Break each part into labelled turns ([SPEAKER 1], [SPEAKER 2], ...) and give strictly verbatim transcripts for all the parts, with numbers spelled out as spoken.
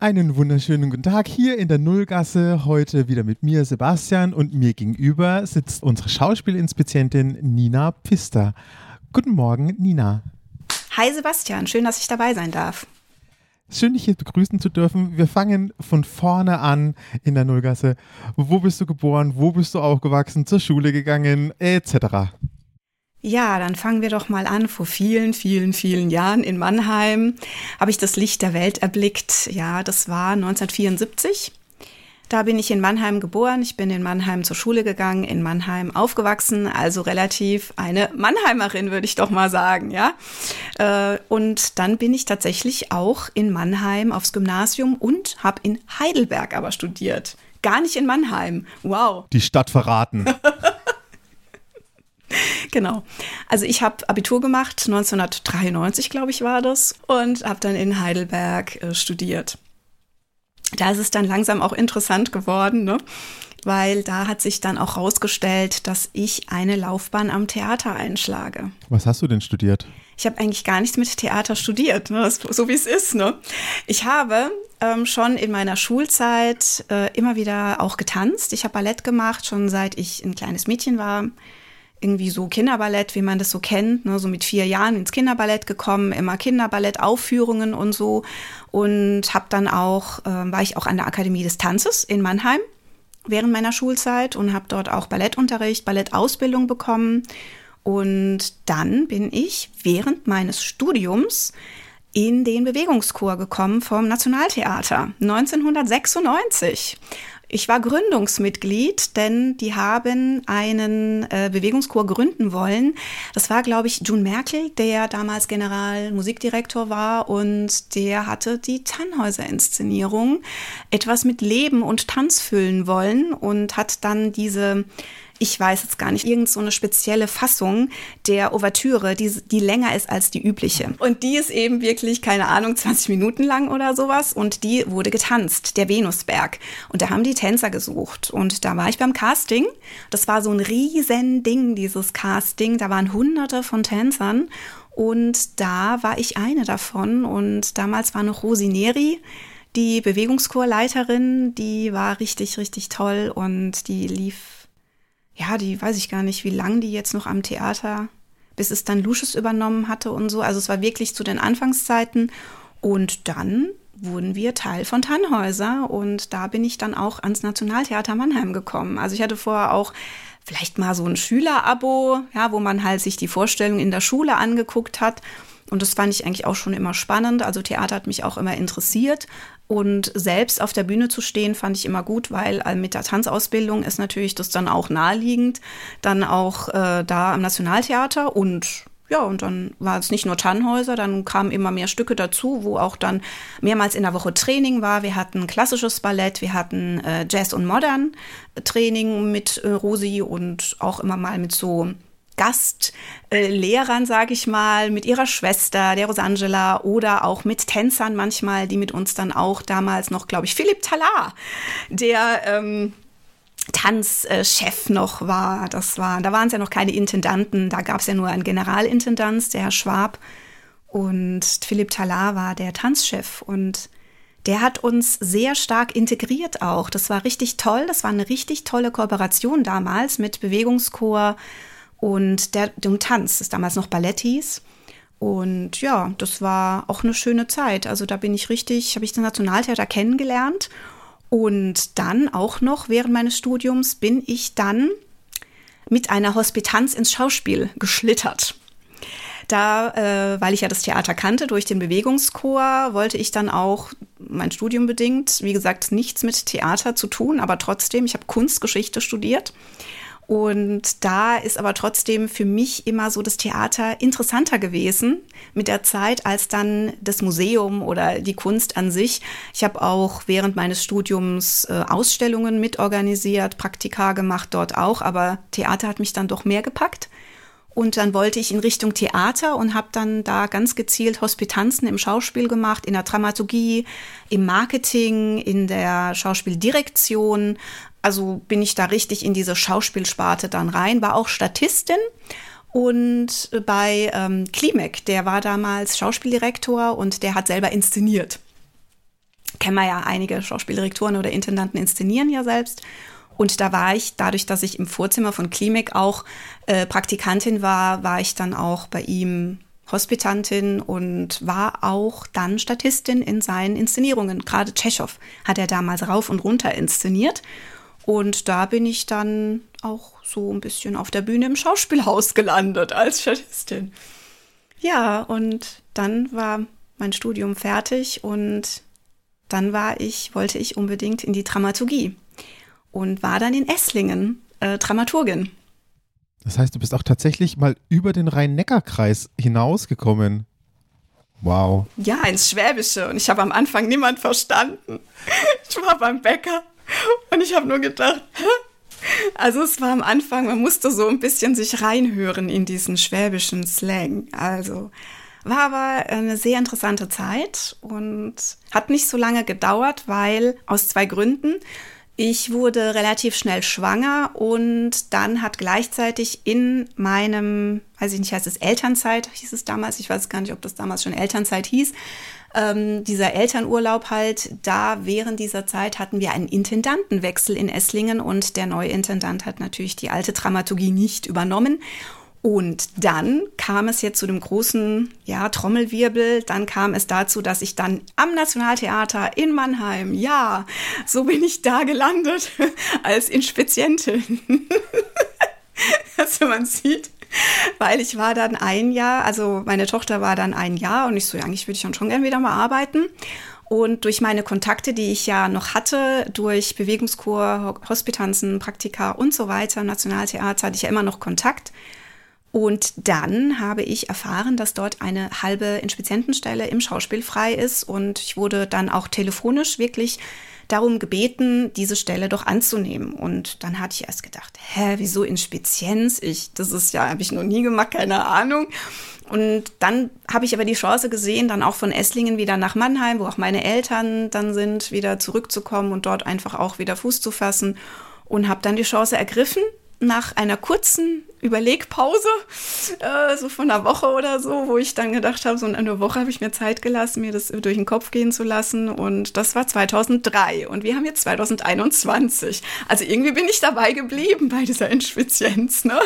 [SPEAKER 1] Einen wunderschönen guten Tag hier in der Nullgasse, heute wieder mit mir Sebastian und mir gegenüber sitzt unsere Schauspielinspizientin Nina Pfister. Guten Morgen, Nina.
[SPEAKER 2] Hi Sebastian, schön, dass ich dabei sein darf.
[SPEAKER 1] Schön, dich hier begrüßen zu dürfen. Wir fangen von vorne an in der Nullgasse. Wo bist du geboren, wo bist du aufgewachsen, zur Schule gegangen, et cetera?
[SPEAKER 2] Ja, dann fangen wir doch mal an. Vor vielen, vielen, vielen Jahren in Mannheim habe ich das Licht der Welt erblickt. Ja, das war neunzehnhundertvierundsiebzig. Da bin ich in Mannheim geboren. Ich bin in Mannheim zur Schule gegangen, in Mannheim aufgewachsen, also relativ eine Mannheimerin, würde ich doch mal sagen, ja. Und dann bin ich tatsächlich auch in Mannheim aufs Gymnasium und habe in Heidelberg aber studiert. Gar nicht in Mannheim. Wow.
[SPEAKER 1] Die Stadt verraten.
[SPEAKER 2] Genau. Also ich habe Abitur gemacht, neunzehnhundertdreiundneunzig, glaube ich, war das, und habe dann in Heidelberg äh, studiert. Da ist es dann langsam auch interessant geworden, ne? Weil da hat sich dann auch rausgestellt, dass ich eine Laufbahn am Theater einschlage.
[SPEAKER 1] Was hast du denn studiert?
[SPEAKER 2] Ich habe eigentlich gar nichts mit Theater studiert, ne? So wie es ist, ne? Ich habe ähm, schon in meiner Schulzeit äh, immer wieder auch getanzt. Ich habe Ballett gemacht, schon seit ich ein kleines Mädchen war. Irgendwie so Kinderballett, wie man das so kennt, ne, so mit vier Jahren ins Kinderballett gekommen, immer Kinderballettaufführungen und so, und habe dann auch, äh, war ich auch an der Akademie des Tanzes in Mannheim während meiner Schulzeit und habe dort auch Ballettunterricht, Ballettausbildung bekommen, und dann bin ich während meines Studiums in den Bewegungschor gekommen vom Nationaltheater neunzehnhundertsechsundneunzig. Ich war Gründungsmitglied, denn die haben einen äh, Bewegungschor gründen wollen. Das war, glaube ich, June Merkel, der damals Generalmusikdirektor war, und der hatte die Tannhäuser-Inszenierung etwas mit Leben und Tanz füllen wollen und hat dann diese, ich weiß jetzt gar nicht, irgend so eine spezielle Fassung der Ouvertüre, die, die länger ist als die übliche. Und die ist eben wirklich, keine Ahnung, zwanzig Minuten lang oder sowas, und die wurde getanzt, der Venusberg. Und da haben die Tänzer gesucht, und da war ich beim Casting. Das war so ein riesen Ding, dieses Casting. Da waren hunderte von Tänzern, und da war ich eine davon, und damals war noch Rosi Neri die Bewegungschorleiterin. Die war richtig, richtig toll, und die lief, ja, die weiß ich gar nicht, wie lange die jetzt noch am Theater, bis es dann Lucius übernommen hatte und so. Also es war wirklich zu den Anfangszeiten. Und dann wurden wir Teil von Tannhäuser, und da bin ich dann auch ans Nationaltheater Mannheim gekommen. Also ich hatte vorher auch vielleicht mal so ein Schülerabo, ja, wo man halt sich die Vorstellung in der Schule angeguckt hat. Und das fand ich eigentlich auch schon immer spannend. Also Theater hat mich auch immer interessiert. Und selbst auf der Bühne zu stehen, fand ich immer gut, weil mit der Tanzausbildung ist natürlich das dann auch naheliegend. Dann auch äh, da am Nationaltheater. Und ja, und dann war es nicht nur Tannhäuser, dann kamen immer mehr Stücke dazu, wo auch dann mehrmals in der Woche Training war. Wir hatten klassisches Ballett, wir hatten äh, Jazz- und Modern-Training mit äh, Rosi, und auch immer mal mit so Gastlehrern, äh, sage ich mal, mit ihrer Schwester, der Rosangela, oder auch mit Tänzern manchmal, die mit uns dann auch damals noch, glaube ich, Philipp Tallar, der ähm, Tanzchef noch war. Das war, da waren es ja noch keine Intendanten, da gab es ja nur einen Generalintendanz, der Herr Schwab, und Philipp Tallar war der Tanzchef, und der hat uns sehr stark integriert auch. Das war richtig toll, das war eine richtig tolle Kooperation damals mit Bewegungschor und der, dem Tanz, das damals noch Ballett hieß. Und ja, das war auch eine schöne Zeit. Also da bin ich richtig, habe ich das Nationaltheater kennengelernt. Und dann auch noch während meines Studiums bin ich dann mit einer Hospitanz ins Schauspiel geschlittert. Da, äh, weil ich ja das Theater kannte durch den Bewegungschor, wollte ich dann auch mein Studium bedingt, wie gesagt, nichts mit Theater zu tun, aber trotzdem, ich habe Kunstgeschichte studiert. Und da ist aber trotzdem für mich immer so das Theater interessanter gewesen mit der Zeit als dann das Museum oder die Kunst an sich. Ich habe auch während meines Studiums äh, Ausstellungen mitorganisiert, Praktika gemacht dort auch, aber Theater hat mich dann doch mehr gepackt. Und dann wollte ich in Richtung Theater und habe dann da ganz gezielt Hospitanzen im Schauspiel gemacht, in der Dramaturgie, im Marketing, in der Schauspieldirektion. Also bin ich da richtig in diese Schauspielsparte dann rein, war auch Statistin. Und bei ähm, Klimek, der war damals Schauspieldirektor und der hat selber inszeniert. kennen wir ja, einige Schauspieldirektoren oder Intendanten inszenieren ja selbst. Und da war ich, dadurch, dass ich im Vorzimmer von Klimek auch äh, Praktikantin war, war ich dann auch bei ihm Hospitantin und war auch dann Statistin in seinen Inszenierungen. Gerade Tschechow hat er damals rauf und runter inszeniert. Und da bin ich dann auch so ein bisschen auf der Bühne im Schauspielhaus gelandet als Statistin. Ja, und dann war mein Studium fertig und dann war ich, wollte ich unbedingt in die Dramaturgie und war dann in Esslingen äh, Dramaturgin.
[SPEAKER 1] Das heißt, du bist auch tatsächlich mal über den Rhein-Neckar-Kreis hinausgekommen. Wow.
[SPEAKER 2] Ja, ins Schwäbische. Und ich habe am Anfang niemand verstanden. Ich war beim Bäcker und ich habe nur gedacht, hä? Also es war am Anfang, man musste so ein bisschen sich reinhören in diesen schwäbischen Slang. Also war aber eine sehr interessante Zeit und hat nicht so lange gedauert, weil aus zwei Gründen. Ich wurde relativ schnell schwanger und dann hat gleichzeitig in meinem, weiß ich nicht, heißt es Elternzeit, hieß es damals, ich weiß gar nicht, ob das damals schon Elternzeit hieß, ähm, dieser Elternurlaub halt, da während dieser Zeit hatten wir einen Intendantenwechsel in Esslingen und der neue Intendant hat natürlich die alte Dramaturgie nicht übernommen. Und dann kam es jetzt zu dem großen ja, Trommelwirbel. Dann kam es dazu, dass ich dann am Nationaltheater in Mannheim, ja, so bin ich da gelandet als Inspizientin. Also man sieht, weil ich war dann ein Jahr, also meine Tochter war dann ein Jahr und ich so, ja, eigentlich würde ich dann schon gerne wieder mal arbeiten. Und durch meine Kontakte, die ich ja noch hatte, durch Bewegungskur, Hospitanzen, Praktika und so weiter, im Nationaltheater hatte ich ja immer noch Kontakt. Und dann habe ich erfahren, dass dort eine halbe Inspizientenstelle im Schauspiel frei ist. Und ich wurde dann auch telefonisch wirklich darum gebeten, diese Stelle doch anzunehmen. Und dann hatte ich erst gedacht, hä, wieso Inspizienz? Ich, das ist ja, habe ich noch nie gemacht, keine Ahnung. Und dann habe ich aber die Chance gesehen, dann auch von Esslingen wieder nach Mannheim, wo auch meine Eltern dann sind, wieder zurückzukommen und dort einfach auch wieder Fuß zu fassen. Und habe dann die Chance ergriffen, nach einer kurzen Überlegpause, äh, so von einer Woche oder so, wo ich dann gedacht habe, so in einer Woche habe ich mir Zeit gelassen, mir das durch den Kopf gehen zu lassen. Und das war zweitausenddrei und wir haben jetzt zweitausendeinundzwanzig. Also irgendwie bin ich dabei geblieben bei dieser Inspizienz, ne?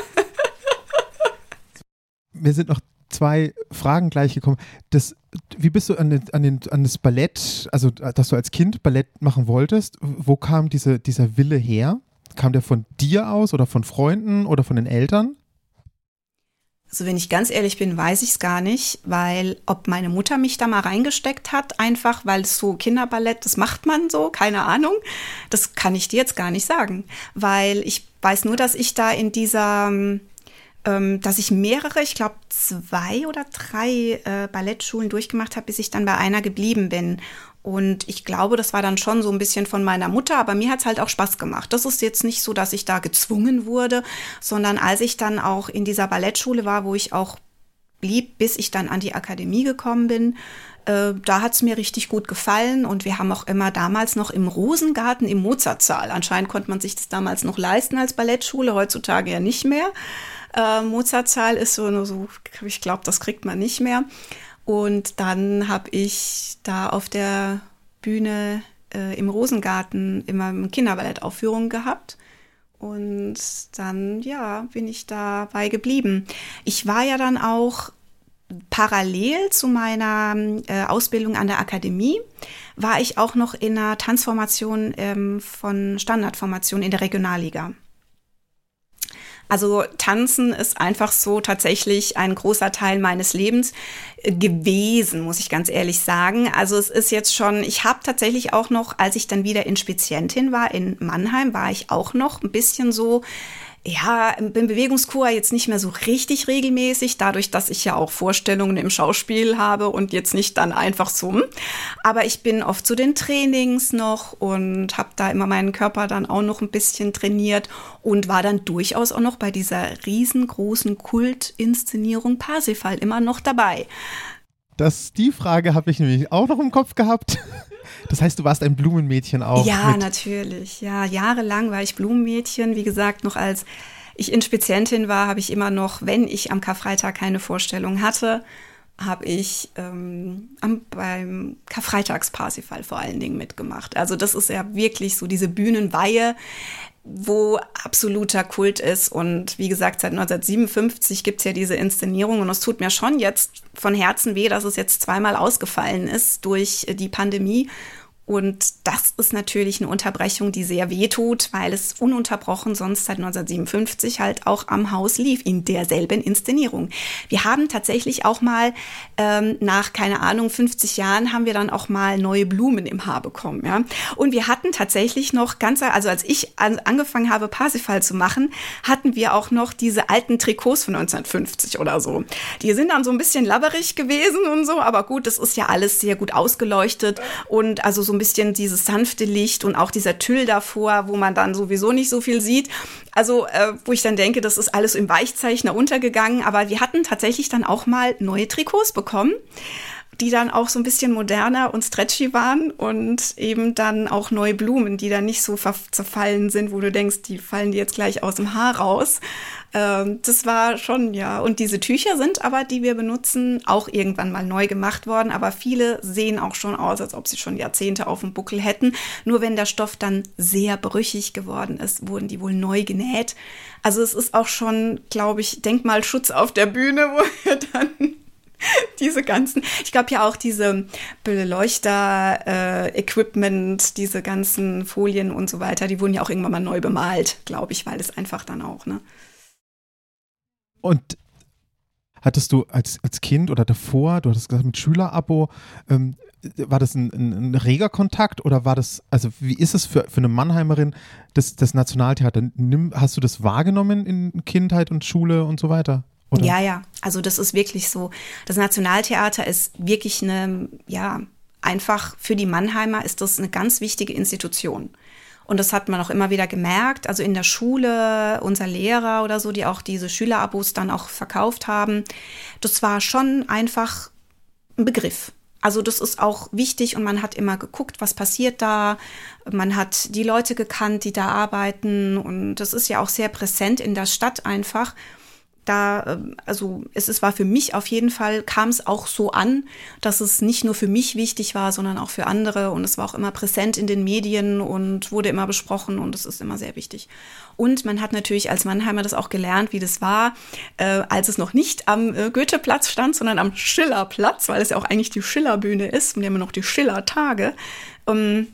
[SPEAKER 1] Mir sind noch zwei Fragen gleich gekommen. Das, wie bist du an, den, an, den, an das Ballett, also dass du als Kind Ballett machen wolltest, wo kam diese, dieser Wille her? Kam der von dir aus oder von Freunden oder von den Eltern?
[SPEAKER 2] Also wenn ich ganz ehrlich bin, weiß ich es gar nicht, weil ob meine Mutter mich da mal reingesteckt hat, einfach weil es so Kinderballett, das macht man so, keine Ahnung, das kann ich dir jetzt gar nicht sagen, weil ich weiß nur, dass ich da in dieser, ähm, dass ich mehrere, ich glaube zwei oder drei äh, Ballettschulen durchgemacht habe, bis ich dann bei einer geblieben bin. Und ich glaube, das war dann schon so ein bisschen von meiner Mutter, aber mir hat es halt auch Spaß gemacht. Das ist jetzt nicht so, dass ich da gezwungen wurde, sondern als ich dann auch in dieser Ballettschule war, wo ich auch blieb, bis ich dann an die Akademie gekommen bin, äh, da hat es mir richtig gut gefallen. Und wir haben auch immer damals noch im Rosengarten im Mozartsaal, anscheinend konnte man sich das damals noch leisten als Ballettschule, heutzutage ja nicht mehr. Äh, Mozartsaal ist so, so ich glaube, das kriegt man nicht mehr. Und dann habe ich da auf der Bühne äh, im Rosengarten immer eine Kinderballettaufführung gehabt. Und dann, ja, bin ich dabei geblieben. Ich war ja dann auch parallel zu meiner äh, Ausbildung an der Akademie, war ich auch noch in einer Tanzformation ähm, von Standardformation in der Regionalliga. Also Tanzen ist einfach so tatsächlich ein großer Teil meines Lebens gewesen, muss ich ganz ehrlich sagen. Also es ist jetzt schon, ich habe tatsächlich auch noch, als ich dann wieder Inspizientin war in Mannheim, war ich auch noch ein bisschen so, ja, im Bewegungskur jetzt nicht mehr so richtig regelmäßig, dadurch, dass ich ja auch Vorstellungen im Schauspiel habe und jetzt nicht dann einfach so. Aber ich bin oft zu den Trainings noch und habe da immer meinen Körper dann auch noch ein bisschen trainiert und war dann durchaus auch noch bei dieser riesengroßen Kultinszenierung Parsifal immer noch dabei.
[SPEAKER 1] Das, die Frage habe ich nämlich auch noch im Kopf gehabt. Das heißt, du warst ein Blumenmädchen auch?
[SPEAKER 2] Ja, natürlich. Ja, jahrelang war ich Blumenmädchen. Wie gesagt, noch als ich Inspizientin war, habe ich immer noch, wenn ich am Karfreitag keine Vorstellung hatte, habe ich ähm, am, beim Karfreitagsparsifal vor allen Dingen mitgemacht. Also das ist ja wirklich so diese Bühnenweihe, wo absoluter Kult ist. Und wie gesagt, seit neunzehnhundertsiebenundfünfzig gibt es ja diese Inszenierung. Und es tut mir schon jetzt von Herzen weh, dass es jetzt zweimal ausgefallen ist durch die Pandemie. Und das ist natürlich eine Unterbrechung, die sehr wehtut, weil es ununterbrochen sonst seit neunzehnhundertsiebenundfünfzig halt auch am Haus lief, in derselben Inszenierung. Wir haben tatsächlich auch mal ähm, nach, keine Ahnung, fünfzig Jahren haben wir dann auch mal neue Blumen im Haar bekommen. Ja? Und wir hatten tatsächlich noch ganz, also als ich an, angefangen habe, Parsifal zu machen, hatten wir auch noch diese alten Trikots von neunzehnhundertfünfzig oder so. Die sind dann so ein bisschen labberig gewesen und so, aber gut, das ist ja alles sehr gut ausgeleuchtet und also so ein bisschen dieses sanfte Licht und auch dieser Tüll davor, wo man dann sowieso nicht so viel sieht. Also, äh, wo ich dann denke, das ist alles im Weichzeichner untergegangen. Aber wir hatten tatsächlich dann auch mal neue Trikots bekommen, die dann auch so ein bisschen moderner und stretchy waren und eben dann auch neue Blumen, die dann nicht so ver- zerfallen sind, wo du denkst, die fallen dir jetzt gleich aus dem Haar raus. Ähm, das war schon, ja. Und diese Tücher sind aber, die wir benutzen, auch irgendwann mal neu gemacht worden. Aber viele sehen auch schon aus, als ob sie schon Jahrzehnte auf dem Buckel hätten. Nur wenn der Stoff dann sehr brüchig geworden ist, wurden die wohl neu genäht. Also es ist auch schon, glaube ich, Denkmalschutz auf der Bühne, wo wir dann diese ganzen, ich glaube ja auch diese Beleuchter-Equipment, äh, diese ganzen Folien und so weiter, die wurden ja auch irgendwann mal neu bemalt, glaube ich, weil es einfach dann auch, ne?
[SPEAKER 1] Und hattest du als, als Kind oder davor, du hattest gesagt mit Schülerabo, ähm, war das ein, ein, ein reger Kontakt oder war das, also wie ist es für, für eine Mannheimerin, das, das Nationaltheater? Nimm, hast du das wahrgenommen in Kindheit und Schule und so weiter? Oder?
[SPEAKER 2] Ja, ja, also das ist wirklich so. Das Nationaltheater ist wirklich eine, ja, einfach für die Mannheimer ist das eine ganz wichtige Institution. Und das hat man auch immer wieder gemerkt. Also in der Schule, unser Lehrer oder so, die auch diese Schülerabos dann auch verkauft haben, das war schon einfach ein Begriff. Also das ist auch wichtig und man hat immer geguckt, was passiert da. Man hat die Leute gekannt, die da arbeiten und das ist ja auch sehr präsent in der Stadt einfach. Da, also es, es war für mich auf jeden Fall, kam es auch so an, dass es nicht nur für mich wichtig war, sondern auch für andere. Und es war auch immer präsent in den Medien und wurde immer besprochen und es ist immer sehr wichtig. Und man hat natürlich als Mannheimer das auch gelernt, wie das war, äh, als es noch nicht am äh, Goetheplatz stand, sondern am Schillerplatz, weil es ja auch eigentlich die Schillerbühne ist und wir haben ja noch die Schillertage. Ähm,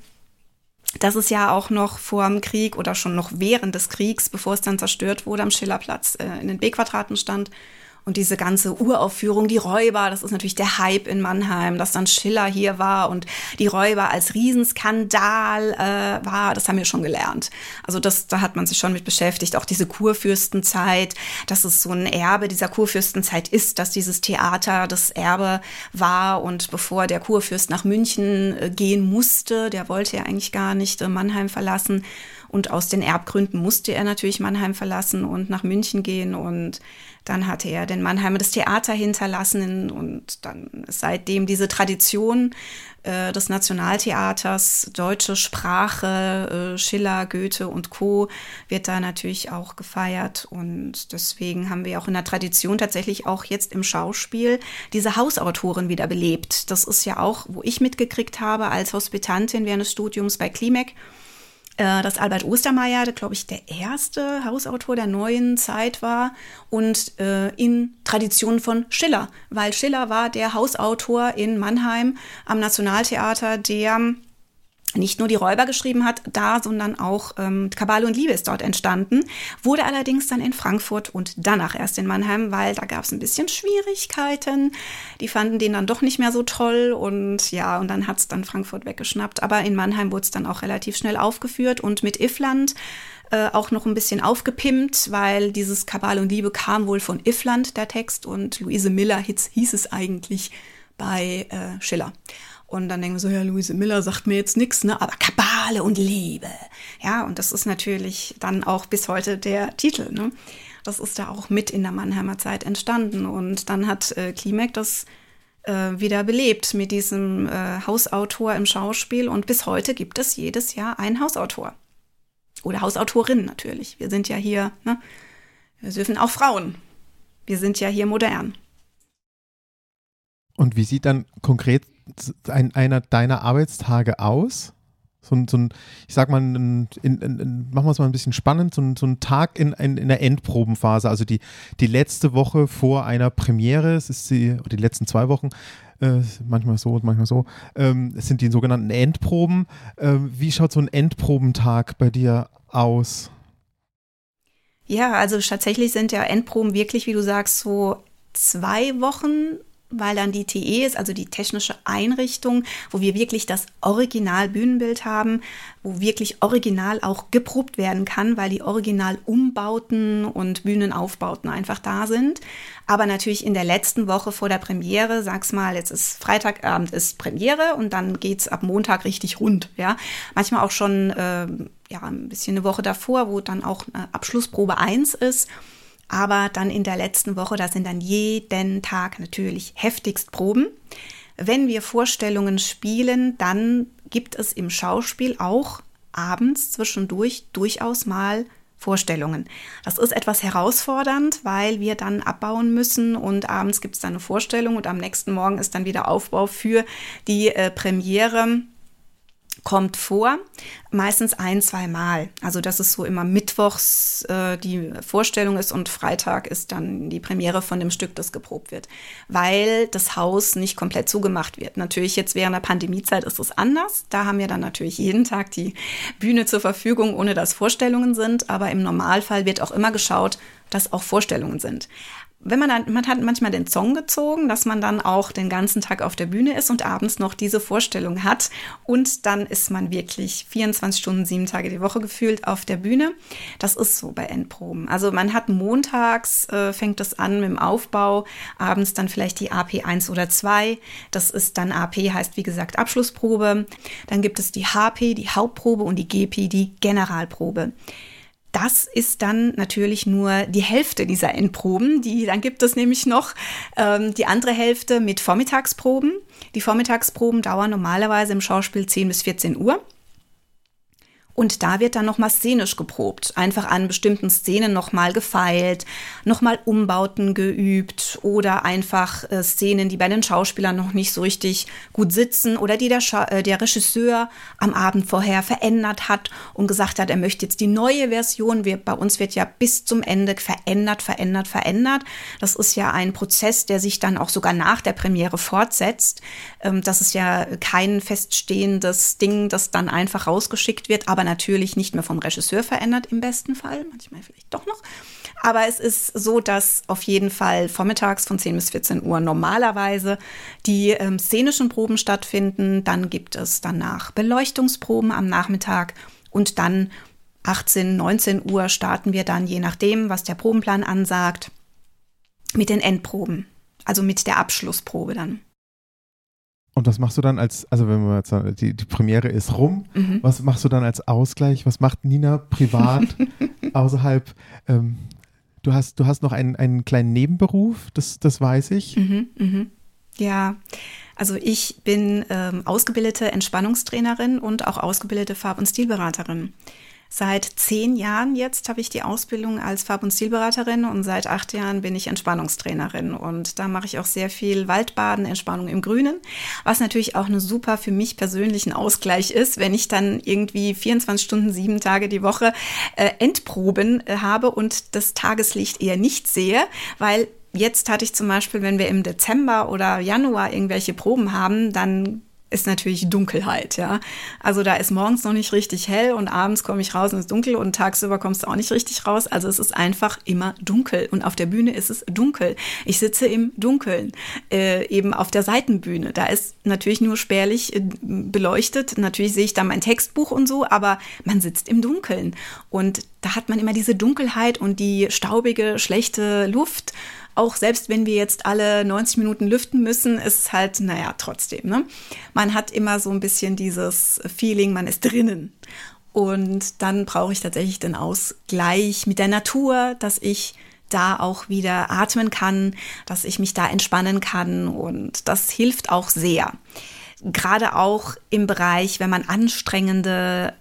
[SPEAKER 2] Das ist ja auch noch vor dem Krieg oder schon noch während des Kriegs, bevor es dann zerstört wurde, am Schillerplatz äh, in den B-Quadraten stand. Und diese ganze Uraufführung, die Räuber, das ist natürlich der Hype in Mannheim, dass dann Schiller hier war und die Räuber als Riesenskandal äh, war, das haben wir schon gelernt. Also das, da hat man sich schon mit beschäftigt. Auch diese Kurfürstenzeit, dass es so ein Erbe dieser Kurfürstenzeit ist, dass dieses Theater das Erbe war. Und bevor der Kurfürst nach München äh, gehen musste, der wollte ja eigentlich gar nicht äh, Mannheim verlassen. Und aus den Erbgründen musste er natürlich Mannheim verlassen und nach München gehen. Und dann hatte er den Mannheimer das Theater hinterlassen. Und dann ist seitdem diese Tradition äh, des Nationaltheaters, deutsche Sprache, äh, Schiller, Goethe und Co. wird da natürlich auch gefeiert. Und deswegen haben wir auch in der Tradition tatsächlich auch jetzt im Schauspiel diese Hausautoren wieder belebt. Das ist ja auch, wo ich mitgekriegt habe als Hospitantin während des Studiums bei Klimek, dass Albert Ostermeier, glaube ich, der erste Hausautor der neuen Zeit war und äh, in Tradition von Schiller, weil Schiller war der Hausautor in Mannheim am Nationaltheater, der nicht nur die Räuber geschrieben hat, da, sondern auch ähm, Kabale und Liebe ist dort entstanden, wurde allerdings dann in Frankfurt und danach erst in Mannheim, weil da gab es ein bisschen Schwierigkeiten. Die fanden den dann doch nicht mehr so toll und ja, und dann hat es dann Frankfurt weggeschnappt. Aber in Mannheim wurde es dann auch relativ schnell aufgeführt und mit Iffland äh, auch noch ein bisschen aufgepimpt, weil dieses Kabale und Liebe kam wohl von Iffland, der Text, und Luise Miller hieß, hieß es eigentlich bei äh, Schiller. Und dann denken wir so, ja, Luise Miller sagt mir jetzt nichts, ne? Aber Kabale und Liebe. Ja, und das ist natürlich dann auch bis heute der Titel, ne? Das ist da auch mit in der Mannheimer Zeit entstanden. Und dann hat äh, Klimek das äh, wieder belebt mit diesem äh, Hausautor im Schauspiel. Und bis heute gibt es jedes Jahr einen Hausautor. Oder Hausautorin natürlich. Wir sind ja hier, ne? Wir dürfen auch Frauen. Wir sind ja hier modern.
[SPEAKER 1] Und wie sieht dann konkret ein, einer deiner Arbeitstage aus? So ein, so ein ich sag mal, ein, in, in, in, machen wir es mal ein bisschen spannend, so ein, so ein Tag in, in, in der Endprobenphase, also die, die letzte Woche vor einer Premiere, es ist die, oder die letzten zwei Wochen, äh, manchmal so, manchmal so, ähm, es sind die sogenannten Endproben. Ähm, wie schaut so ein Endprobentag bei dir aus?
[SPEAKER 2] Ja, also tatsächlich sind ja Endproben wirklich, wie du sagst, so zwei Wochen, weil dann die T E ist, also die technische Einrichtung, wo wir wirklich das Original-Bühnenbild haben, wo wirklich original auch geprobt werden kann, weil die Original-Umbauten und Bühnenaufbauten einfach da sind. Aber natürlich in der letzten Woche vor der Premiere, sag's mal, jetzt ist Freitagabend ist Premiere und dann geht's ab Montag richtig rund, ja. Manchmal auch schon äh, ja, ein bisschen eine Woche davor, wo dann auch äh, Abschlussprobe eins ist. Aber dann in der letzten Woche, da sind dann jeden Tag natürlich heftigst Proben. Wenn wir Vorstellungen spielen, dann gibt es im Schauspiel auch abends zwischendurch durchaus mal Vorstellungen. Das ist etwas herausfordernd, weil wir dann abbauen müssen und abends gibt es dann eine Vorstellung und am nächsten Morgen ist dann wieder Aufbau für die äh, Premiere. Kommt vor, meistens ein, zwei Mal. Also dass es so immer mittwochs äh, die Vorstellung ist und Freitag ist dann die Premiere von dem Stück, das geprobt wird. Weil das Haus nicht komplett zugemacht wird. Natürlich jetzt während der Pandemiezeit ist es anders. Da haben wir dann natürlich jeden Tag die Bühne zur Verfügung, ohne dass Vorstellungen sind. Aber im Normalfall wird auch immer geschaut, dass auch Vorstellungen sind. Wenn man dann, man hat manchmal den Song gezogen, dass man dann auch den ganzen Tag auf der Bühne ist und abends noch diese Vorstellung hat und dann ist man wirklich vierundzwanzig Stunden, sieben Tage die Woche gefühlt auf der Bühne. Das ist so bei Endproben. Also man hat montags, äh, fängt es an mit dem Aufbau, abends dann vielleicht die A P eins oder zwei. Das ist dann A P, heißt wie gesagt Abschlussprobe. Dann gibt es die H P, die Hauptprobe und die G P, die Generalprobe. Das ist dann natürlich nur die Hälfte dieser Endproben. Die, dann gibt es nämlich noch ähm, die andere Hälfte mit Vormittagsproben. Die Vormittagsproben dauern normalerweise im Schauspiel zehn bis vierzehn Uhr. Und da wird dann nochmal szenisch geprobt, einfach an bestimmten Szenen nochmal gefeilt, nochmal Umbauten geübt oder einfach äh, Szenen, die bei den Schauspielern noch nicht so richtig gut sitzen oder die der, Scha- äh, der Regisseur am Abend vorher verändert hat und gesagt hat, er möchte jetzt die neue Version. Wir, bei uns wird ja bis zum Ende verändert, verändert, verändert. Das ist ja ein Prozess, der sich dann auch sogar nach der Premiere fortsetzt. Ähm, das ist ja kein feststehendes Ding, das dann einfach rausgeschickt wird, aber natürlich nicht mehr vom Regisseur verändert im besten Fall, manchmal vielleicht doch noch. Aber es ist so, dass auf jeden Fall vormittags von zehn bis vierzehn Uhr normalerweise die ähm, szenischen Proben stattfinden. Dann gibt es danach Beleuchtungsproben am Nachmittag und dann achtzehn, neunzehn Uhr starten wir dann, je nachdem, was der Probenplan ansagt, mit den Endproben, also mit der Abschlussprobe dann.
[SPEAKER 1] Und was machst du dann als, also wenn wir jetzt sagen, die, die Premiere ist rum, mhm. was machst du dann als Ausgleich? Was macht Nina privat außerhalb? Ähm, du hast, du hast noch einen, einen kleinen Nebenberuf, das, das weiß ich.
[SPEAKER 2] Mhm, mhm. Ja, also ich bin ähm, ausgebildete Entspannungstrainerin und auch ausgebildete Farb- und Stilberaterin. Seit zehn Jahren jetzt habe ich die Ausbildung als Farb- und Stilberaterin und seit acht Jahren bin ich Entspannungstrainerin. Und da mache ich auch sehr viel Waldbaden, Entspannung im Grünen, was natürlich auch eine super für mich persönlichen Ausgleich ist, wenn ich dann irgendwie vierundzwanzig Stunden, sieben Tage die Woche äh, Endproben äh, habe und das Tageslicht eher nicht sehe, weil jetzt hatte ich zum Beispiel, wenn wir im Dezember oder Januar irgendwelche Proben haben, dann ist natürlich Dunkelheit, ja. Also da ist morgens noch nicht richtig hell und abends komme ich raus und es ist dunkel und tagsüber kommst du auch nicht richtig raus. Also es ist einfach immer dunkel und auf der Bühne ist es dunkel. Ich sitze im Dunkeln, äh, eben auf der Seitenbühne. Da ist natürlich nur spärlich äh, beleuchtet. Natürlich sehe ich da mein Textbuch und so, aber man sitzt im Dunkeln. Und da hat man immer diese Dunkelheit und die staubige, schlechte Luft. Auch selbst wenn wir jetzt alle neunzig Minuten lüften müssen, ist es halt, naja, trotzdem, ne? Man hat immer so ein bisschen dieses Feeling, man ist drinnen. Und dann brauche ich tatsächlich den Ausgleich mit der Natur, dass ich da auch wieder atmen kann, dass ich mich da entspannen kann. Und das hilft auch sehr. Gerade auch im Bereich, wenn man anstrengende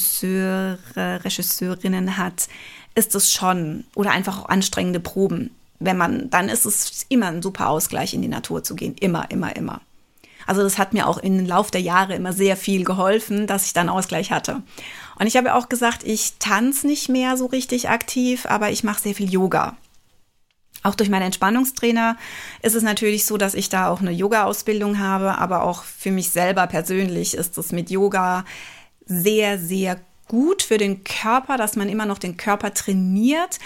[SPEAKER 2] Regisseure, Regisseurinnen hat, ist es schon, oder einfach auch anstrengende Proben. wenn man, dann ist es immer ein super Ausgleich, in die Natur zu gehen. Immer, immer, immer. Also das hat mir auch im Lauf der Jahre immer sehr viel geholfen, dass ich dann Ausgleich hatte. Und ich habe auch gesagt, ich tanze nicht mehr so richtig aktiv, aber ich mache sehr viel Yoga. Auch durch meinen Entspannungstrainer ist es natürlich so, dass ich da auch eine Yoga-Ausbildung habe, aber auch für mich selber persönlich ist es mit Yoga sehr, sehr gut für den Körper, dass man immer noch den Körper trainiert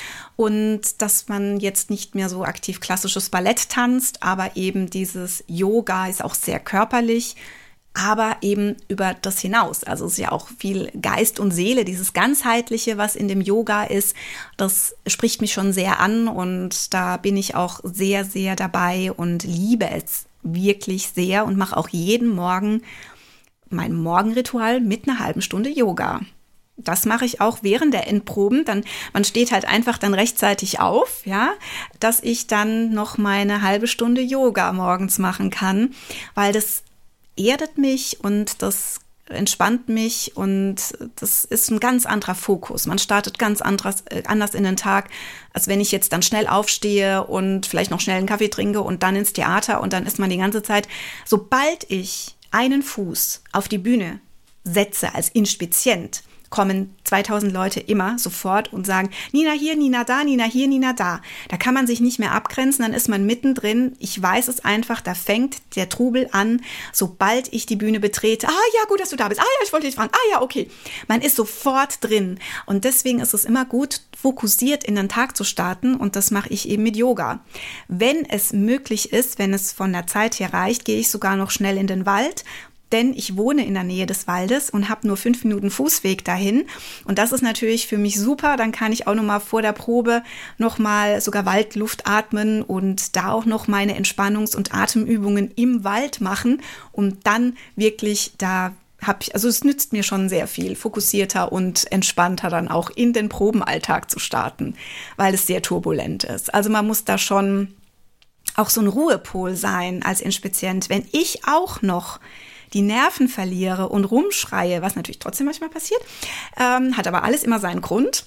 [SPEAKER 2] und dass man jetzt nicht mehr so aktiv klassisches Ballett tanzt, aber eben dieses Yoga ist auch sehr körperlich, aber eben über das hinaus. Also es ist ja auch viel Geist und Seele, dieses Ganzheitliche, was in dem Yoga ist, das spricht mich schon sehr an und da bin ich auch sehr, sehr dabei und liebe es wirklich sehr und mache auch jeden Morgen mein Morgenritual mit einer halben Stunde Yoga. Das mache ich auch während der Endproben. Dann, man steht halt einfach dann rechtzeitig auf, ja, dass ich dann noch meine halbe Stunde Yoga morgens machen kann, weil das erdet mich und das entspannt mich und das ist ein ganz anderer Fokus. Man startet ganz anderes, äh, anders in den Tag, als wenn ich jetzt dann schnell aufstehe und vielleicht noch schnell einen Kaffee trinke und dann ins Theater und dann ist man die ganze Zeit, sobald ich einen Fuß auf die Bühne setze als Inspizient, kommen zweitausend Leute immer sofort und sagen, Nina hier, Nina da, Nina hier, Nina da. Da kann man sich nicht mehr abgrenzen, dann ist man mittendrin. Ich weiß es einfach, da fängt der Trubel an, sobald ich die Bühne betrete. Ah ja, gut, dass du da bist. Ah ja, ich wollte dich fragen. Ah ja, okay. Man ist sofort drin. Und deswegen ist es immer gut, fokussiert in den Tag zu starten und das mache ich eben mit Yoga. Wenn es möglich ist, wenn es von der Zeit her reicht, gehe ich sogar noch schnell in den Wald, denn ich wohne in der Nähe des Waldes und habe nur fünf Minuten Fußweg dahin. Und das ist natürlich für mich super. Dann kann ich auch noch mal vor der Probe noch mal sogar Waldluft atmen und da auch noch meine Entspannungs- und Atemübungen im Wald machen, um dann wirklich da habe ich, also es nützt mir schon sehr viel, fokussierter und entspannter dann auch in den Probenalltag zu starten, weil es sehr turbulent ist. Also man muss da schon auch so ein Ruhepol sein als Inspizient. Wenn ich auch noch die Nerven verliere und rumschreie, was natürlich trotzdem manchmal passiert, ähm, hat aber alles immer seinen Grund,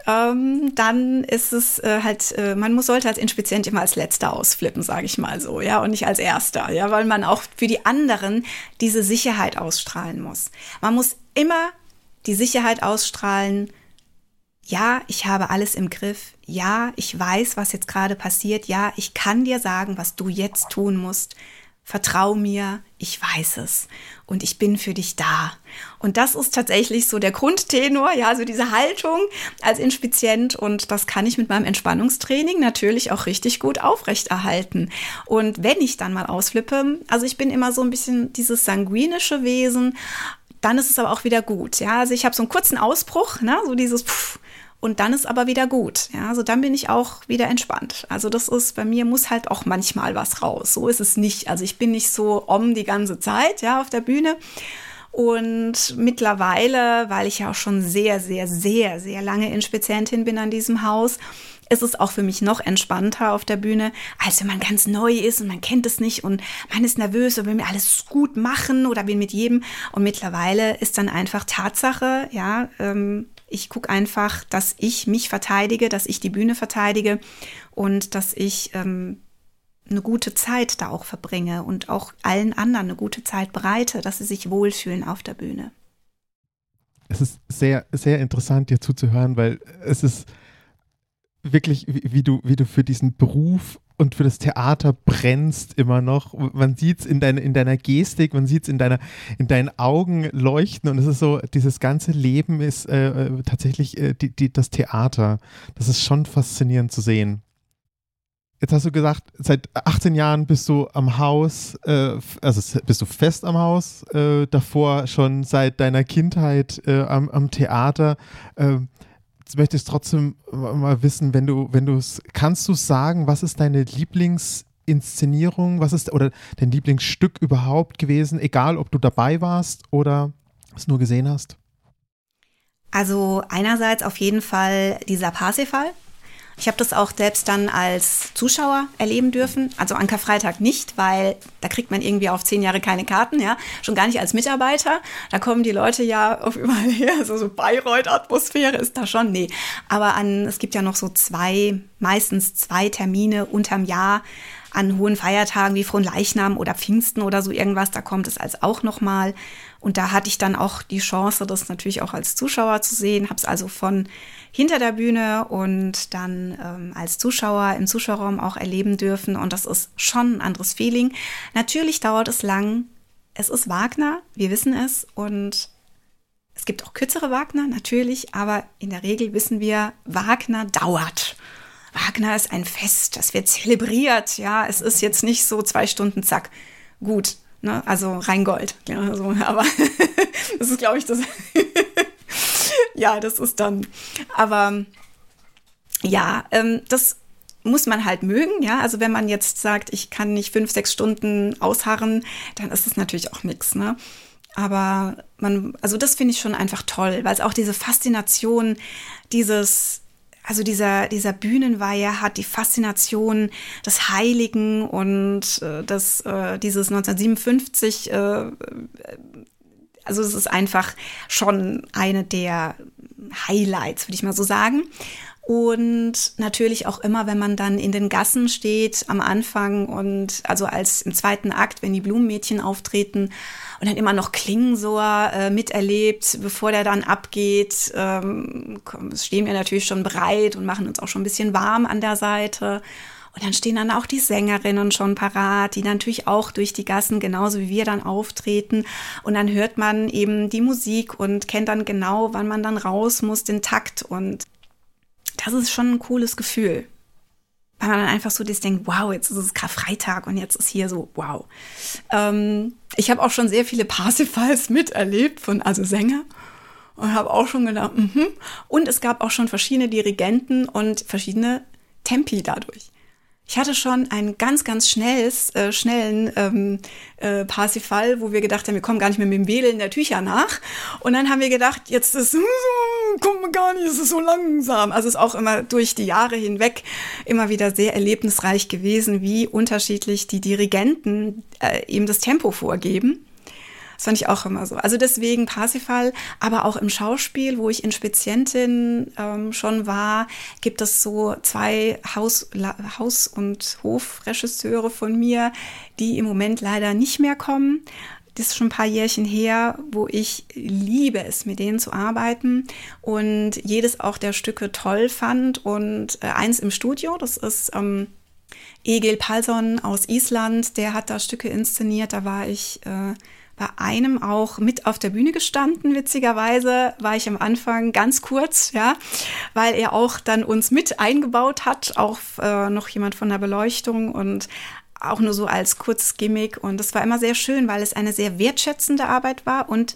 [SPEAKER 2] ähm, dann ist es äh, halt, äh, man muss, sollte als Inspizient immer als Letzter ausflippen, sage ich mal so, ja, und nicht als Erster, ja, weil man auch für die anderen diese Sicherheit ausstrahlen muss. Man muss immer die Sicherheit ausstrahlen, ja, ich habe alles im Griff, ja, ich weiß, was jetzt gerade passiert, ja, ich kann dir sagen, was du jetzt tun musst. Vertrau mir, ich weiß es und ich bin für dich da. Und das ist tatsächlich so der Grundtenor, ja, so diese Haltung als Inspizient und das kann ich mit meinem Entspannungstraining natürlich auch richtig gut aufrechterhalten. Und wenn ich dann mal ausflippe, also ich bin immer so ein bisschen dieses sanguinische Wesen, dann ist es aber auch wieder gut, ja, also ich habe so einen kurzen Ausbruch, ne, so dieses Pff, und dann ist aber wieder gut. Ja, also dann bin ich auch wieder entspannt. Also das ist, bei mir muss halt auch manchmal was raus. So ist es nicht. Also ich bin nicht so om die ganze Zeit, ja, auf der Bühne. Und mittlerweile, weil ich ja auch schon sehr, sehr, sehr, sehr lange Inspizientin bin an diesem Haus, ist es auch für mich noch entspannter auf der Bühne, als wenn man ganz neu ist und man kennt es nicht und man ist nervös und will mir alles gut machen oder will mit jedem. Und mittlerweile ist dann einfach Tatsache, ja, ähm, ich gucke einfach, dass ich mich verteidige, dass ich die Bühne verteidige und dass ich ähm, eine gute Zeit da auch verbringe und auch allen anderen eine gute Zeit bereite, dass sie sich wohlfühlen auf der Bühne.
[SPEAKER 1] Es ist sehr, sehr interessant, dir zuzuhören, weil es ist wirklich, wie, wie du, wie du für diesen Beruf und für das Theater brennst immer noch. Man sieht es in, dein, in deiner Gestik, man sieht es in, deiner, in deinen Augen leuchten und es ist so, dieses ganze Leben ist äh, tatsächlich äh, die, die, das Theater. Das ist schon faszinierend zu sehen. Jetzt hast du gesagt, seit achtzehn Jahren bist du am Haus, äh, also bist du fest am Haus, äh, davor schon seit deiner Kindheit äh, am, am Theater. Äh, Jetzt möchte ich trotzdem mal wissen, wenn du, wenn du es, kannst du sagen, was ist deine Lieblingsinszenierung, was ist oder dein Lieblingsstück überhaupt gewesen, egal ob du dabei warst oder es nur gesehen hast?
[SPEAKER 2] Also einerseits auf jeden Fall dieser Parsifal. Ich habe das auch selbst dann als Zuschauer erleben dürfen. Also an Karfreitag nicht, weil da kriegt man irgendwie auf zehn Jahre keine Karten, ja. Schon gar nicht als Mitarbeiter. Da kommen die Leute ja auf überall her. Also so Bayreuth-Atmosphäre ist da schon. Nee. Aber an, es gibt ja noch so zwei, meistens zwei Termine unterm Jahr an hohen Feiertagen wie Fronleichnam oder Pfingsten oder so irgendwas. Da kommt es als auch nochmal. Und da hatte ich dann auch die Chance, das natürlich auch als Zuschauer zu sehen. Habe es also von hinter der Bühne und dann ähm, als Zuschauer im Zuschauerraum auch erleben dürfen. Und das ist schon ein anderes Feeling. Natürlich dauert es lang. Es ist Wagner, wir wissen es. Und es gibt auch kürzere Wagner, natürlich. Aber in der Regel wissen wir, Wagner dauert. Wagner ist ein Fest, das wird zelebriert. Ja, es ist jetzt nicht so zwei Stunden, zack, gut. Ne? Also Rheingold. Ja, so, aber das ist, glaube ich, das... Ja, das ist dann, aber ja, ähm, das muss man halt mögen, ja, also wenn man jetzt sagt, ich kann nicht fünf, sechs Stunden ausharren, dann ist es natürlich auch nichts, ne, aber man, also das finde ich schon einfach toll, weil es auch diese Faszination dieses, also dieser, dieser Bühnenweihe hat, die Faszination des Heiligen und äh, das, äh, dieses neunzehnhundertsiebenundfünfzig, äh, also es ist einfach schon eine der Highlights, würde ich mal so sagen. Und natürlich auch immer, wenn man dann in den Gassen steht am Anfang und also als im zweiten Akt, wenn die Blumenmädchen auftreten und dann immer noch Klingensohr äh, miterlebt, bevor der dann abgeht, ähm, stehen wir natürlich schon bereit und machen uns auch schon ein bisschen warm an der Seite. Und dann stehen dann auch die Sängerinnen schon parat, die natürlich auch durch die Gassen genauso wie wir dann auftreten. Und dann hört man eben die Musik und kennt dann genau, wann man dann raus muss, den Takt. Und das ist schon ein cooles Gefühl. Weil man dann einfach so das denkt, wow, jetzt ist es Karfreitag und jetzt ist hier so, wow. Ähm, ich habe auch schon sehr viele Parsifals miterlebt von also Sänger. Und habe auch schon gedacht, mhm. Und es gab auch schon verschiedene Dirigenten und verschiedene Tempi dadurch. Ich hatte schon einen ganz, ganz schnelles, äh, schnellen ähm, äh, Parsifal, wo wir gedacht haben, wir kommen gar nicht mehr mit dem Wedeln der Tücher nach. Und dann haben wir gedacht, jetzt ist kommt man gar nicht, es ist so langsam. Also es ist auch immer durch die Jahre hinweg immer wieder sehr erlebnisreich gewesen, wie unterschiedlich die Dirigenten äh, eben das Tempo vorgeben. Das fand ich auch immer so. Also deswegen Parsifal, aber auch im Schauspiel, wo ich Inspizientin ähm, schon war, gibt es so zwei Haus-, Haus- und Hofregisseure von mir, die im Moment leider nicht mehr kommen. Das ist schon ein paar Jährchen her, wo ich liebe es, mit denen zu arbeiten und jedes auch der Stücke toll fand. Und äh, eins im Studio, das ist ähm, Egil Pálsson aus Island, der hat da Stücke inszeniert, da war ich... Äh, bei einem auch mit auf der Bühne gestanden, witzigerweise war ich am Anfang ganz kurz, ja, weil er auch dann uns mit eingebaut hat, auch äh, noch jemand von der Beleuchtung und auch nur so als kurzes Gimmick und das war immer sehr schön, weil es eine sehr wertschätzende Arbeit war und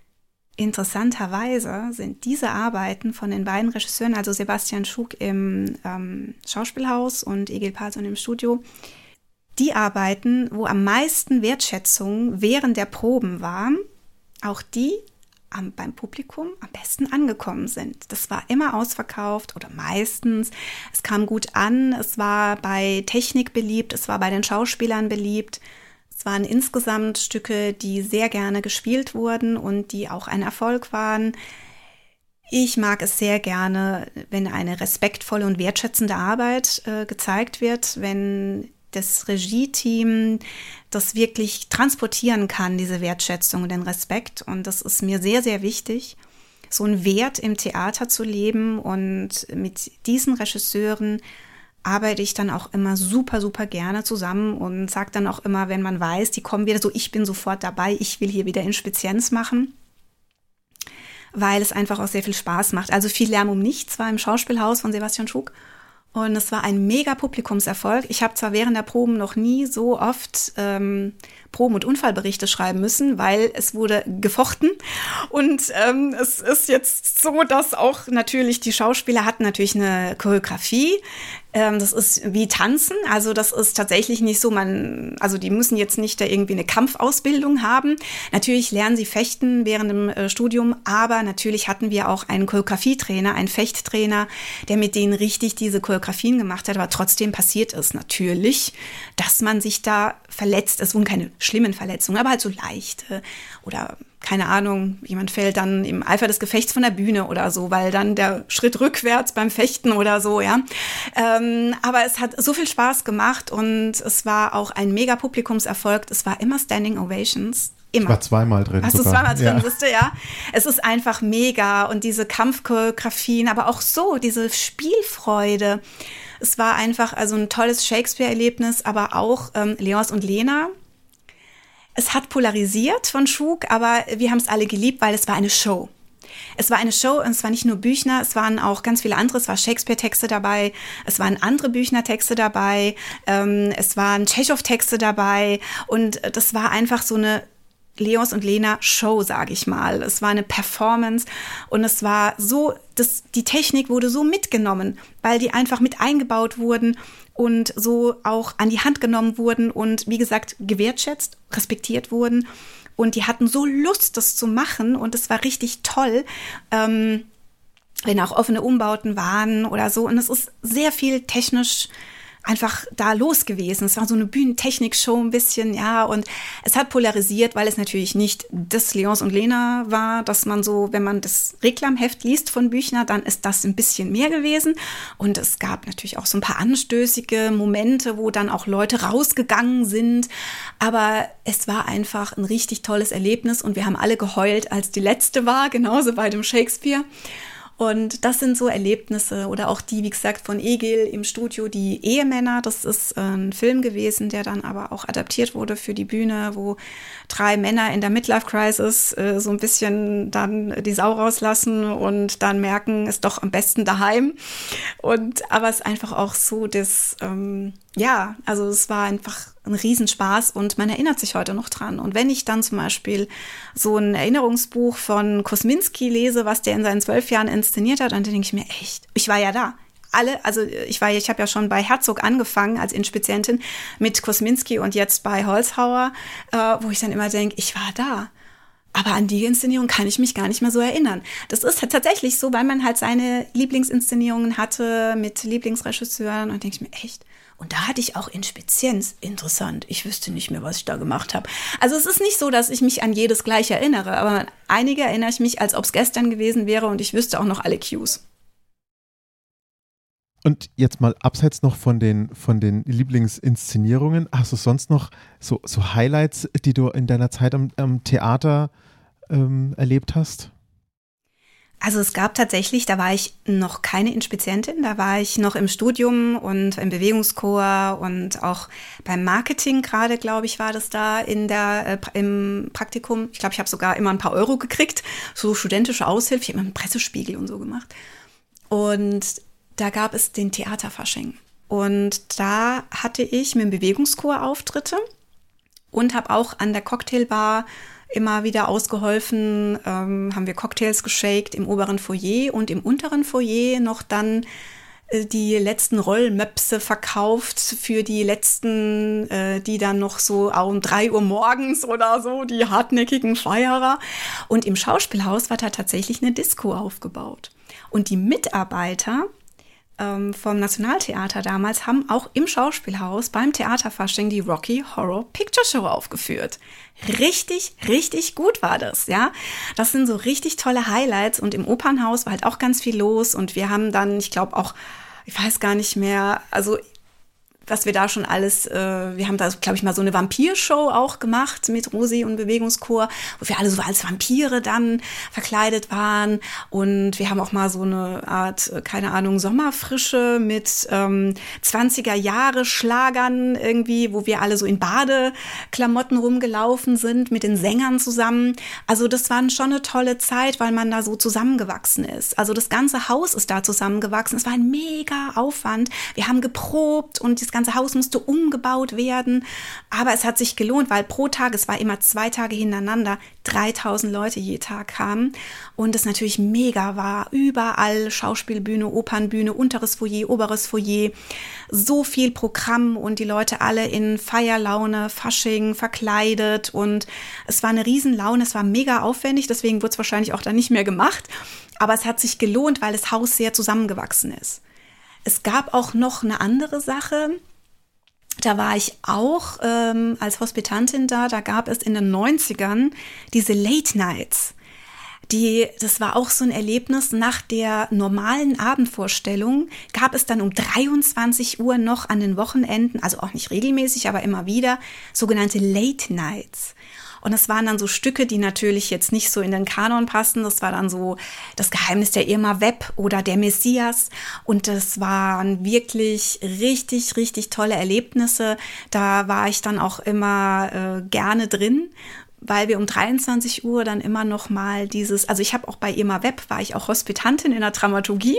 [SPEAKER 2] interessanterweise sind diese Arbeiten von den beiden Regisseuren, also Sebastian Schuk im ähm, Schauspielhaus und Egil Pálsson im Studio, die Arbeiten, wo am meisten Wertschätzung während der Proben war, auch die am, beim Publikum am besten angekommen sind. Das war immer ausverkauft oder meistens. Es kam gut an, es war bei Technik beliebt, es war bei den Schauspielern beliebt. Es waren insgesamt Stücke, die sehr gerne gespielt wurden und die auch ein Erfolg waren. Ich mag es sehr gerne, wenn eine respektvolle und wertschätzende Arbeit äh, gezeigt wird, wenn das Regie-Team das wirklich transportieren kann, diese Wertschätzung und den Respekt. Und das ist mir sehr, sehr wichtig, so einen Wert im Theater zu leben. Und mit diesen Regisseuren arbeite ich dann auch immer super, super gerne zusammen und sage dann auch immer, wenn man weiß, die kommen wieder so, ich bin sofort dabei, ich will hier wieder Inspizienz machen, weil es einfach auch sehr viel Spaß macht. Also viel Lärm um nichts war im Schauspielhaus von Sebastian Schuk. Und es war ein mega Publikumserfolg. Ich habe zwar während der Proben noch nie so oft ähm, Proben- und Unfallberichte schreiben müssen, weil es wurde gefochten. Und ähm, es ist jetzt so, dass auch natürlich die Schauspieler hatten natürlich eine Choreografie, Ähm, das ist wie Tanzen, also das ist tatsächlich nicht so, man, also die müssen jetzt nicht da irgendwie eine Kampfausbildung haben. Natürlich lernen sie fechten während dem äh, Studium, aber natürlich hatten wir auch einen Choreografietrainer, einen Fechttrainer, der mit denen richtig diese Choreografien gemacht hat, aber trotzdem passiert es natürlich, dass man sich da verletzt. Es wurden keine schlimmen Verletzungen, aber halt so leichte oder keine Ahnung, jemand fällt dann im Eifer des Gefechts von der Bühne oder so, weil dann der Schritt rückwärts beim Fechten oder so, ja. Ähm, aber es hat so viel Spaß gemacht und es war auch ein mega Publikumserfolg. Es war immer Standing Ovations. Immer.
[SPEAKER 1] Ich war zweimal drin.
[SPEAKER 2] Hast du
[SPEAKER 1] sogar.
[SPEAKER 2] zweimal drin,
[SPEAKER 1] ja.
[SPEAKER 2] siehst du, ja? Es ist einfach mega und diese Kampfchoreografien, aber auch so, diese Spielfreude. Es war einfach also ein tolles Shakespeare-Erlebnis, aber auch ähm, Leonce und Lena. Es hat polarisiert von Schuk, aber wir haben es alle geliebt, weil es war eine Show. Es war eine Show und es war nicht nur Büchner, es waren auch ganz viele andere, es waren Shakespeare-Texte dabei, es waren andere Büchner-Texte dabei, ähm, es waren Tschechow-Texte dabei und das war einfach so eine Leonce und Lena Show, sage ich mal. Es war eine Performance und es war so, das, die Technik wurde so mitgenommen, weil die einfach mit eingebaut wurden und so auch an die Hand genommen wurden und wie gesagt gewertschätzt, respektiert wurden und die hatten so Lust, das zu machen und es war richtig toll, ähm, wenn auch offene Umbauten waren oder so und es ist sehr viel technisch einfach da los gewesen. Es war so eine Bühnentechnik-Show ein bisschen, ja, und es hat polarisiert, weil es natürlich nicht das Leonce und Lena war, dass man so, wenn man das Reklamheft liest von Büchner, dann ist das ein bisschen mehr gewesen und es gab natürlich auch so ein paar anstößige Momente, wo dann auch Leute rausgegangen sind, aber es war einfach ein richtig tolles Erlebnis und wir haben alle geheult, als die letzte war, genauso bei dem Shakespeare. Und das sind so Erlebnisse oder auch die, wie gesagt, von Egil im Studio, die Ehemänner. Das ist ein Film gewesen, der dann aber auch adaptiert wurde für die Bühne, wo drei Männer in der Midlife-Crisis äh, so ein bisschen dann die Sau rauslassen und dann merken, ist doch am besten daheim. Und aber es ist einfach auch so, dass, ähm, ja, also es war einfach ein Riesenspaß und man erinnert sich heute noch dran. Und wenn ich dann zum Beispiel so ein Erinnerungsbuch von Kosminski lese, was der in seinen zwölf Jahren inszeniert hat, dann denke ich mir, echt, ich war ja da. Alle, also ich war, ich habe ja schon bei Herzog angefangen als Inspizientin mit Kosminski und jetzt bei Holzhauer, äh, wo ich dann immer denke, ich war da. Aber an die Inszenierung kann ich mich gar nicht mehr so erinnern. Das ist halt tatsächlich so, weil man halt seine Lieblingsinszenierungen hatte mit Lieblingsregisseuren und denke ich mir, echt? Und da hatte ich auch Inspizienz. Interessant. Ich wüsste nicht mehr, was ich da gemacht habe. Also es ist nicht so, dass ich mich an jedes gleich erinnere, aber an einige erinnere ich mich, als ob es gestern gewesen wäre und ich wüsste auch noch alle Cues.
[SPEAKER 1] Und jetzt mal abseits noch von den, von den Lieblingsinszenierungen, hast du sonst noch so, so Highlights, die du in deiner Zeit am, am Theater ähm, erlebt hast?
[SPEAKER 2] Also es gab tatsächlich, da war ich noch keine Inspizientin, da war ich noch im Studium und im Bewegungschor und auch beim Marketing gerade, glaube ich, war das da in der äh, im Praktikum. Ich glaube, ich habe sogar immer ein paar Euro gekriegt, so studentische Aushilfe. Ich habe immer einen Pressespiegel und so gemacht. Und da gab es den Theaterfasching. Und da hatte ich mit dem Bewegungschor Auftritte und habe auch an der Cocktailbar immer wieder ausgeholfen, ähm, haben wir Cocktails geshakt im oberen Foyer und im unteren Foyer noch dann äh, die letzten Rollmöpse verkauft für die letzten, äh, die dann noch so um drei Uhr morgens oder so, die hartnäckigen Feierer. Und im Schauspielhaus war da tatsächlich eine Disco aufgebaut. Und die Mitarbeiter vom Nationaltheater damals haben auch im Schauspielhaus beim Theaterfasching die Rocky Horror Picture Show aufgeführt. Richtig, richtig gut war das, ja. Das sind so richtig tolle Highlights und im Opernhaus war halt auch ganz viel los und wir haben dann, ich glaube auch, ich weiß gar nicht mehr, also was wir da schon alles, äh, wir haben da, glaube ich, mal so eine Vampirshow auch gemacht mit Rosi und Bewegungschor, wo wir alle so als Vampire dann verkleidet waren und wir haben auch mal so eine Art, keine Ahnung, Sommerfrische mit ähm, zwanziger-Jahre-Schlagern irgendwie, wo wir alle so in Badeklamotten rumgelaufen sind mit den Sängern zusammen. Also das war schon eine tolle Zeit, weil man da so zusammengewachsen ist. Also das ganze Haus ist da zusammengewachsen. Es war ein mega Aufwand. Wir haben geprobt und das ganze Haus musste umgebaut werden. Aber es hat sich gelohnt, weil pro Tag, es war immer zwei Tage hintereinander, dreitausend Leute je Tag kamen. Und es natürlich mega war. Überall Schauspielbühne, Opernbühne, unteres Foyer, oberes Foyer. So viel Programm und die Leute alle in Feierlaune, Fasching, verkleidet. Und es war eine Riesenlaune, es war mega aufwendig, deswegen wurde es wahrscheinlich auch dann nicht mehr gemacht. Aber es hat sich gelohnt, weil das Haus sehr zusammengewachsen ist. Es gab auch noch eine andere Sache. Da war ich auch ähm, als Hospitantin da. Da gab es in den neunzigern diese Late Nights. Die, das war auch so ein Erlebnis. Nach der normalen Abendvorstellung gab es dann um dreiundzwanzig Uhr noch an den Wochenenden, also auch nicht regelmäßig, aber immer wieder, sogenannte Late Nights. Und es waren dann so Stücke, die natürlich jetzt nicht so in den Kanon passen. Das war dann so das Geheimnis der Irma Webb oder der Messias. Und das waren wirklich richtig, richtig tolle Erlebnisse. Da war ich dann auch immer äh, gerne drin, weil wir um dreiundzwanzig Uhr dann immer noch mal dieses, also ich habe auch bei Irma Webb, war ich auch Hospitantin in der Dramaturgie.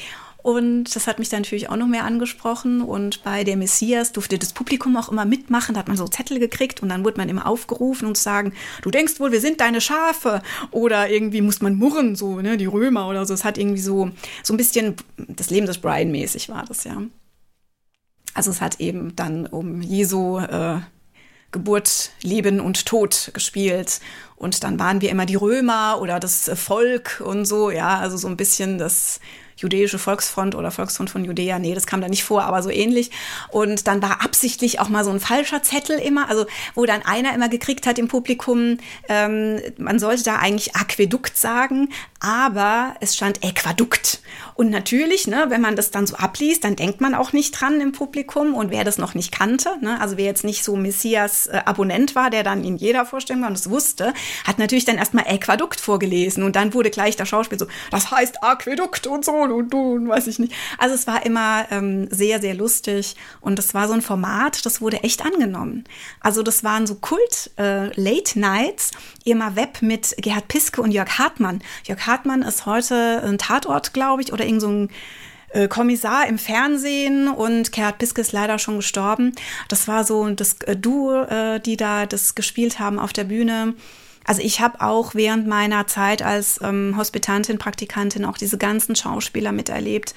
[SPEAKER 2] Und das hat mich dann natürlich auch noch mehr angesprochen. Und bei der Messias durfte das Publikum auch immer mitmachen. Da hat man so Zettel gekriegt und dann wurde man immer aufgerufen und sagen, du denkst wohl, wir sind deine Schafe. Oder irgendwie muss man murren, so, ne, die Römer oder so. Es hat irgendwie so, so ein bisschen das Leben des Brian mäßig war das, ja. Also es hat eben dann um Jesu äh, Geburt, Leben und Tod gespielt. Und dann waren wir immer die Römer oder das Volk und so, ja, also so ein bisschen das jüdische Volksfront oder Volksfront von Judäa, nee, das kam da nicht vor, aber so ähnlich. Und dann war absichtlich auch mal so ein falscher Zettel immer, also wo dann einer immer gekriegt hat im Publikum, ähm, man sollte da eigentlich Aquädukt sagen, aber es stand Äquadukt. Und natürlich, ne, wenn man das dann so abliest, dann denkt man auch nicht dran im Publikum. Und wer das noch nicht kannte, ne, also wer jetzt nicht so Messias-Abonnent war, der dann in jeder Vorstellung war und das wusste, hat natürlich dann erstmal Äquadukt vorgelesen. Und dann wurde gleich der Schauspiel so, das heißt Aquädukt und so und du und weiß ich nicht. Also es war immer ähm, sehr, sehr lustig. Und das war so ein Format, das wurde echt angenommen. Also das waren so Kult-Late-Nights, äh, Irma Webb mit Gerhard Piske und Jörg Hartmann. Jörg Hartmann ist heute ein Tatort, glaube ich, oder irgend so ein äh, Kommissar im Fernsehen und Gerhard Piske ist leider schon gestorben. Das war so das äh, Duo, äh, die da das gespielt haben auf der Bühne. Also ich habe auch während meiner Zeit als ähm, Hospitantin, Praktikantin auch diese ganzen Schauspieler miterlebt,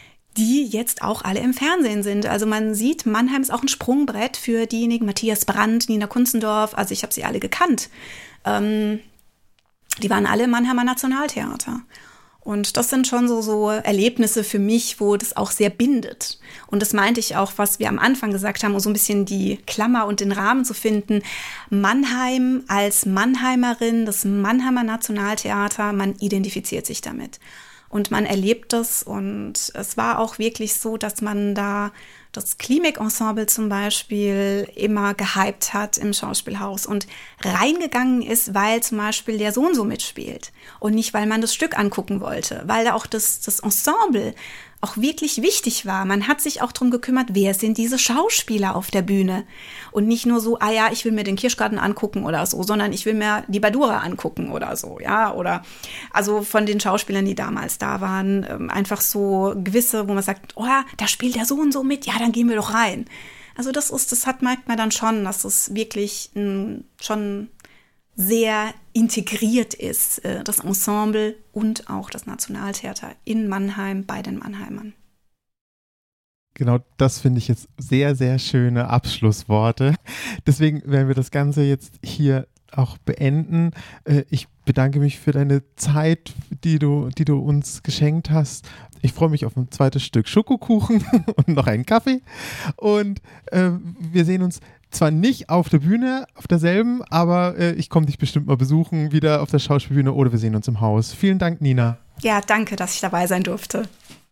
[SPEAKER 2] die jetzt auch alle im Fernsehen sind. Also man sieht, Mannheim ist auch ein Sprungbrett für diejenigen, Matthias Brandt, Nina Kunzendorf, also ich habe sie alle gekannt. Ähm, die waren alle im Mannheimer Nationaltheater. Und das sind schon so, so Erlebnisse für mich, wo das auch sehr bindet. Und das meinte ich auch, was wir am Anfang gesagt haben, um so ein bisschen die Klammer und den Rahmen zu finden. Mannheim als Mannheimerin, das Mannheimer Nationaltheater, man identifiziert sich damit. Und man erlebt das und es war auch wirklich so, dass man da das Klimek-Ensemble zum Beispiel immer gehypt hat im Schauspielhaus und reingegangen ist, weil zum Beispiel der Sohn so mitspielt und nicht, weil man das Stück angucken wollte, weil da auch das, das Ensemble auch wirklich wichtig war. Man hat sich auch darum gekümmert, wer sind diese Schauspieler auf der Bühne und nicht nur so, ah ja, ich will mir den Kirschgarten angucken oder so, sondern ich will mir die Badura angucken oder so, ja, oder also von den Schauspielern, die damals da waren, einfach so gewisse, wo man sagt, oh ja, da spielt der so und so mit, ja, dann gehen wir doch rein. Also das ist, das hat merkt man dann schon, dass es wirklich mh, schon sehr integriert ist, das Ensemble und auch das Nationaltheater in Mannheim bei den Mannheimern.
[SPEAKER 1] Genau, das finde ich jetzt sehr, sehr schöne Abschlussworte. Deswegen werden wir das Ganze jetzt hier auch beenden. Ich bedanke mich für deine Zeit, die du, die du uns geschenkt hast. Ich freue mich auf ein zweites Stück Schokokuchen und noch einen Kaffee. Und äh, wir sehen uns zwar nicht auf der Bühne, auf derselben, aber äh, ich komme dich bestimmt mal besuchen, wieder auf der Schauspielbühne oder wir sehen uns im Haus. Vielen Dank, Nina.
[SPEAKER 2] Ja, danke, dass ich dabei sein durfte.